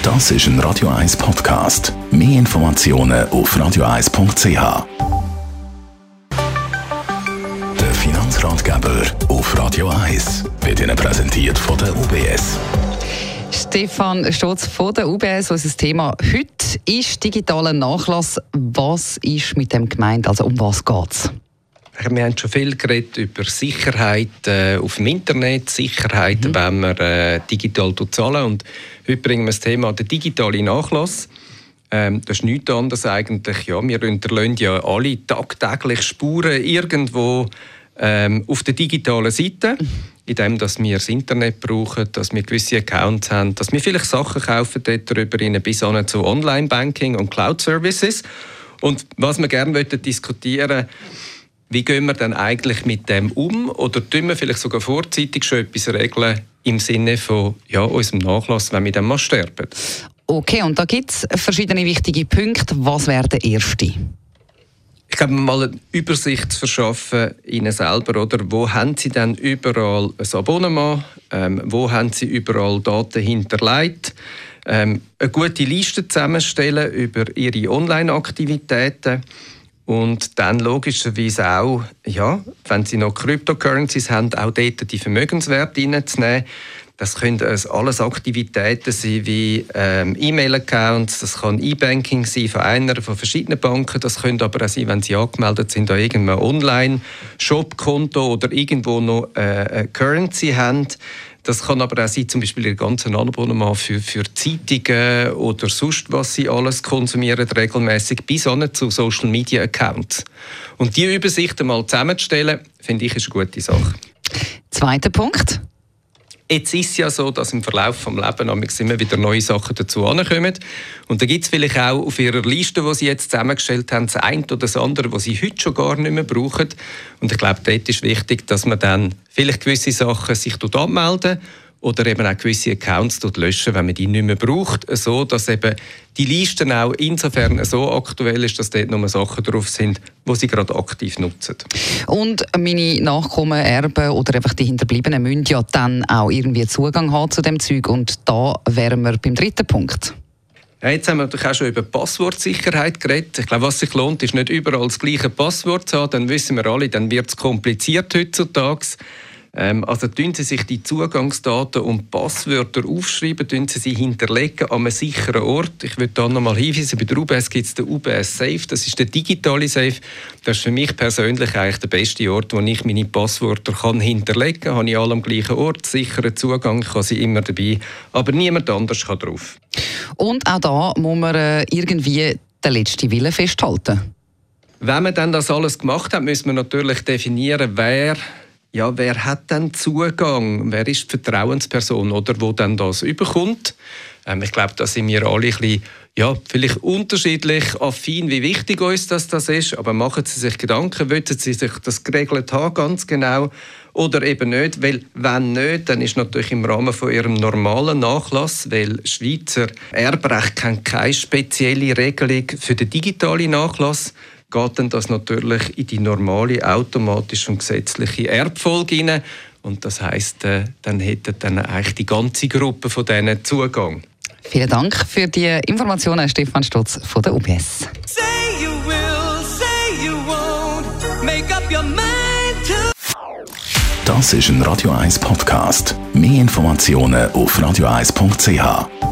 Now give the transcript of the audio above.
Das ist ein Radio 1 Podcast. Mehr Informationen auf radio1.ch. Der Finanzratgeber auf Radio 1 wird Ihnen präsentiert von der UBS. Stefan Stotz von der UBS, unser Thema heute ist digitaler Nachlass. Was ist mit dem gemeint? Also um was geht es? Wir haben schon viel geredet über Sicherheit auf dem Internet, Sicherheit, wenn man digital zahlen. Und heute bringen wir das Thema der digitale Nachlass. Das ist nichts anderes eigentlich. Ja, wir hinterlassen ja alle tagtäglich Spuren irgendwo auf der digitalen Seite, indem dass wir das Internet brauchen, dass wir gewisse Accounts haben, dass wir vielleicht Sachen kaufen dort darüber bis hin zu Online-Banking und Cloud-Services. Und was wir gerne diskutieren, wie gehen wir dann eigentlich mit dem um? Oder tun wir vielleicht sogar vorzeitig schon etwas regeln im Sinne von unserem Nachlass, wenn wir dann mal sterben? Okay, und da gibt es verschiedene wichtige Punkte. Was wäre der erste? Ich glaube, mal eine Übersicht zu verschaffen Ihnen selber, oder? Wo haben Sie denn überall ein Abonnement? Wo haben Sie überall Daten hinterlegt? Eine gute Liste zusammenstellen über Ihre Online-Aktivitäten. Und dann logischerweise auch, wenn Sie noch Cryptocurrencies haben, auch dort die Vermögenswerte reinzunehmen. Das können alles Aktivitäten sein wie E-Mail-Accounts, das kann E-Banking sein von verschiedenen Banken. Das könnte aber auch sein, wenn Sie angemeldet sind an irgendeinem Online-Shop-Konto oder irgendwo noch eine Currency haben. Das kann aber auch sein, zum Beispiel Ihr ganzes Abonnement für Zeitungen oder sonst, was Sie alles konsumieren, regelmäßig bis hin zu Social-Media-Accounts. Und diese Übersicht einmal zusammenzustellen, finde ich, ist eine gute Sache. Zweiter Punkt. Jetzt ist es ja so, dass im Verlauf des Lebens immer wieder neue Sachen dazu ankommen. Und da gibt es vielleicht auch auf Ihrer Liste, die Sie jetzt zusammengestellt haben, das eine oder das andere, was Sie heute schon gar nicht mehr brauchen. Und ich glaube, dort ist wichtig, dass man dann vielleicht gewisse Sachen sich anmelden oder eben auch gewisse Accounts löschen, wenn man die nicht mehr braucht, so dass eben die Liste auch insofern so aktuell ist, dass dort nur Sachen drauf sind, die sie gerade aktiv nutzen. Und meine Nachkommen, Erben oder einfach die Hinterbliebenen müssen ja dann auch irgendwie Zugang haben zu dem Zeug. Und da wären wir beim dritten Punkt. Ja, jetzt haben wir natürlich auch schon über Passwortsicherheit geredet. Ich glaube, was sich lohnt, ist nicht überall das gleiche Passwort zu haben. Dann wissen wir alle, dann wird es kompliziert heutzutage. Also tun Sie sich die Zugangsdaten und Passwörter aufschreiben, tun Sie hinterlegen an einem sicheren Ort. Ich würde da nochmal hinweisen, bei der UBS gibt es den UBS Safe, das ist der digitale Safe. Das ist für mich persönlich eigentlich der beste Ort, wo ich meine Passwörter hinterlegen kann. Habe ich alle am gleichen Ort, sicheren Zugang, ich habe sie immer dabei, aber niemand anders kann drauf. Und auch da muss man irgendwie den letzten Willen festhalten. Wenn man dann das alles gemacht hat, müssen wir natürlich definieren, wer hat denn Zugang? Wer ist die Vertrauensperson, oder, wo dann das überkommt? Ich glaube, da sind wir alle ein bisschen, vielleicht unterschiedlich affin, wie wichtig uns das ist. Aber machen Sie sich Gedanken, wollen Sie sich das geregelt haben, ganz genau, oder eben nicht? Weil, wenn nicht, dann ist natürlich im Rahmen von Ihrem normalen Nachlass, weil Schweizer Erbrecht kennt keine spezielle Regelung für den digitalen Nachlass, geht dann das natürlich in die normale, automatische und gesetzliche Erbfolge hinein. Und das heisst, dann hätte dann eigentlich die ganze Gruppe von denen Zugang. Vielen Dank für die Informationen, Stefan Stotz von der UBS. Das ist ein Radio 1 Podcast. Mehr Informationen auf radio1.ch.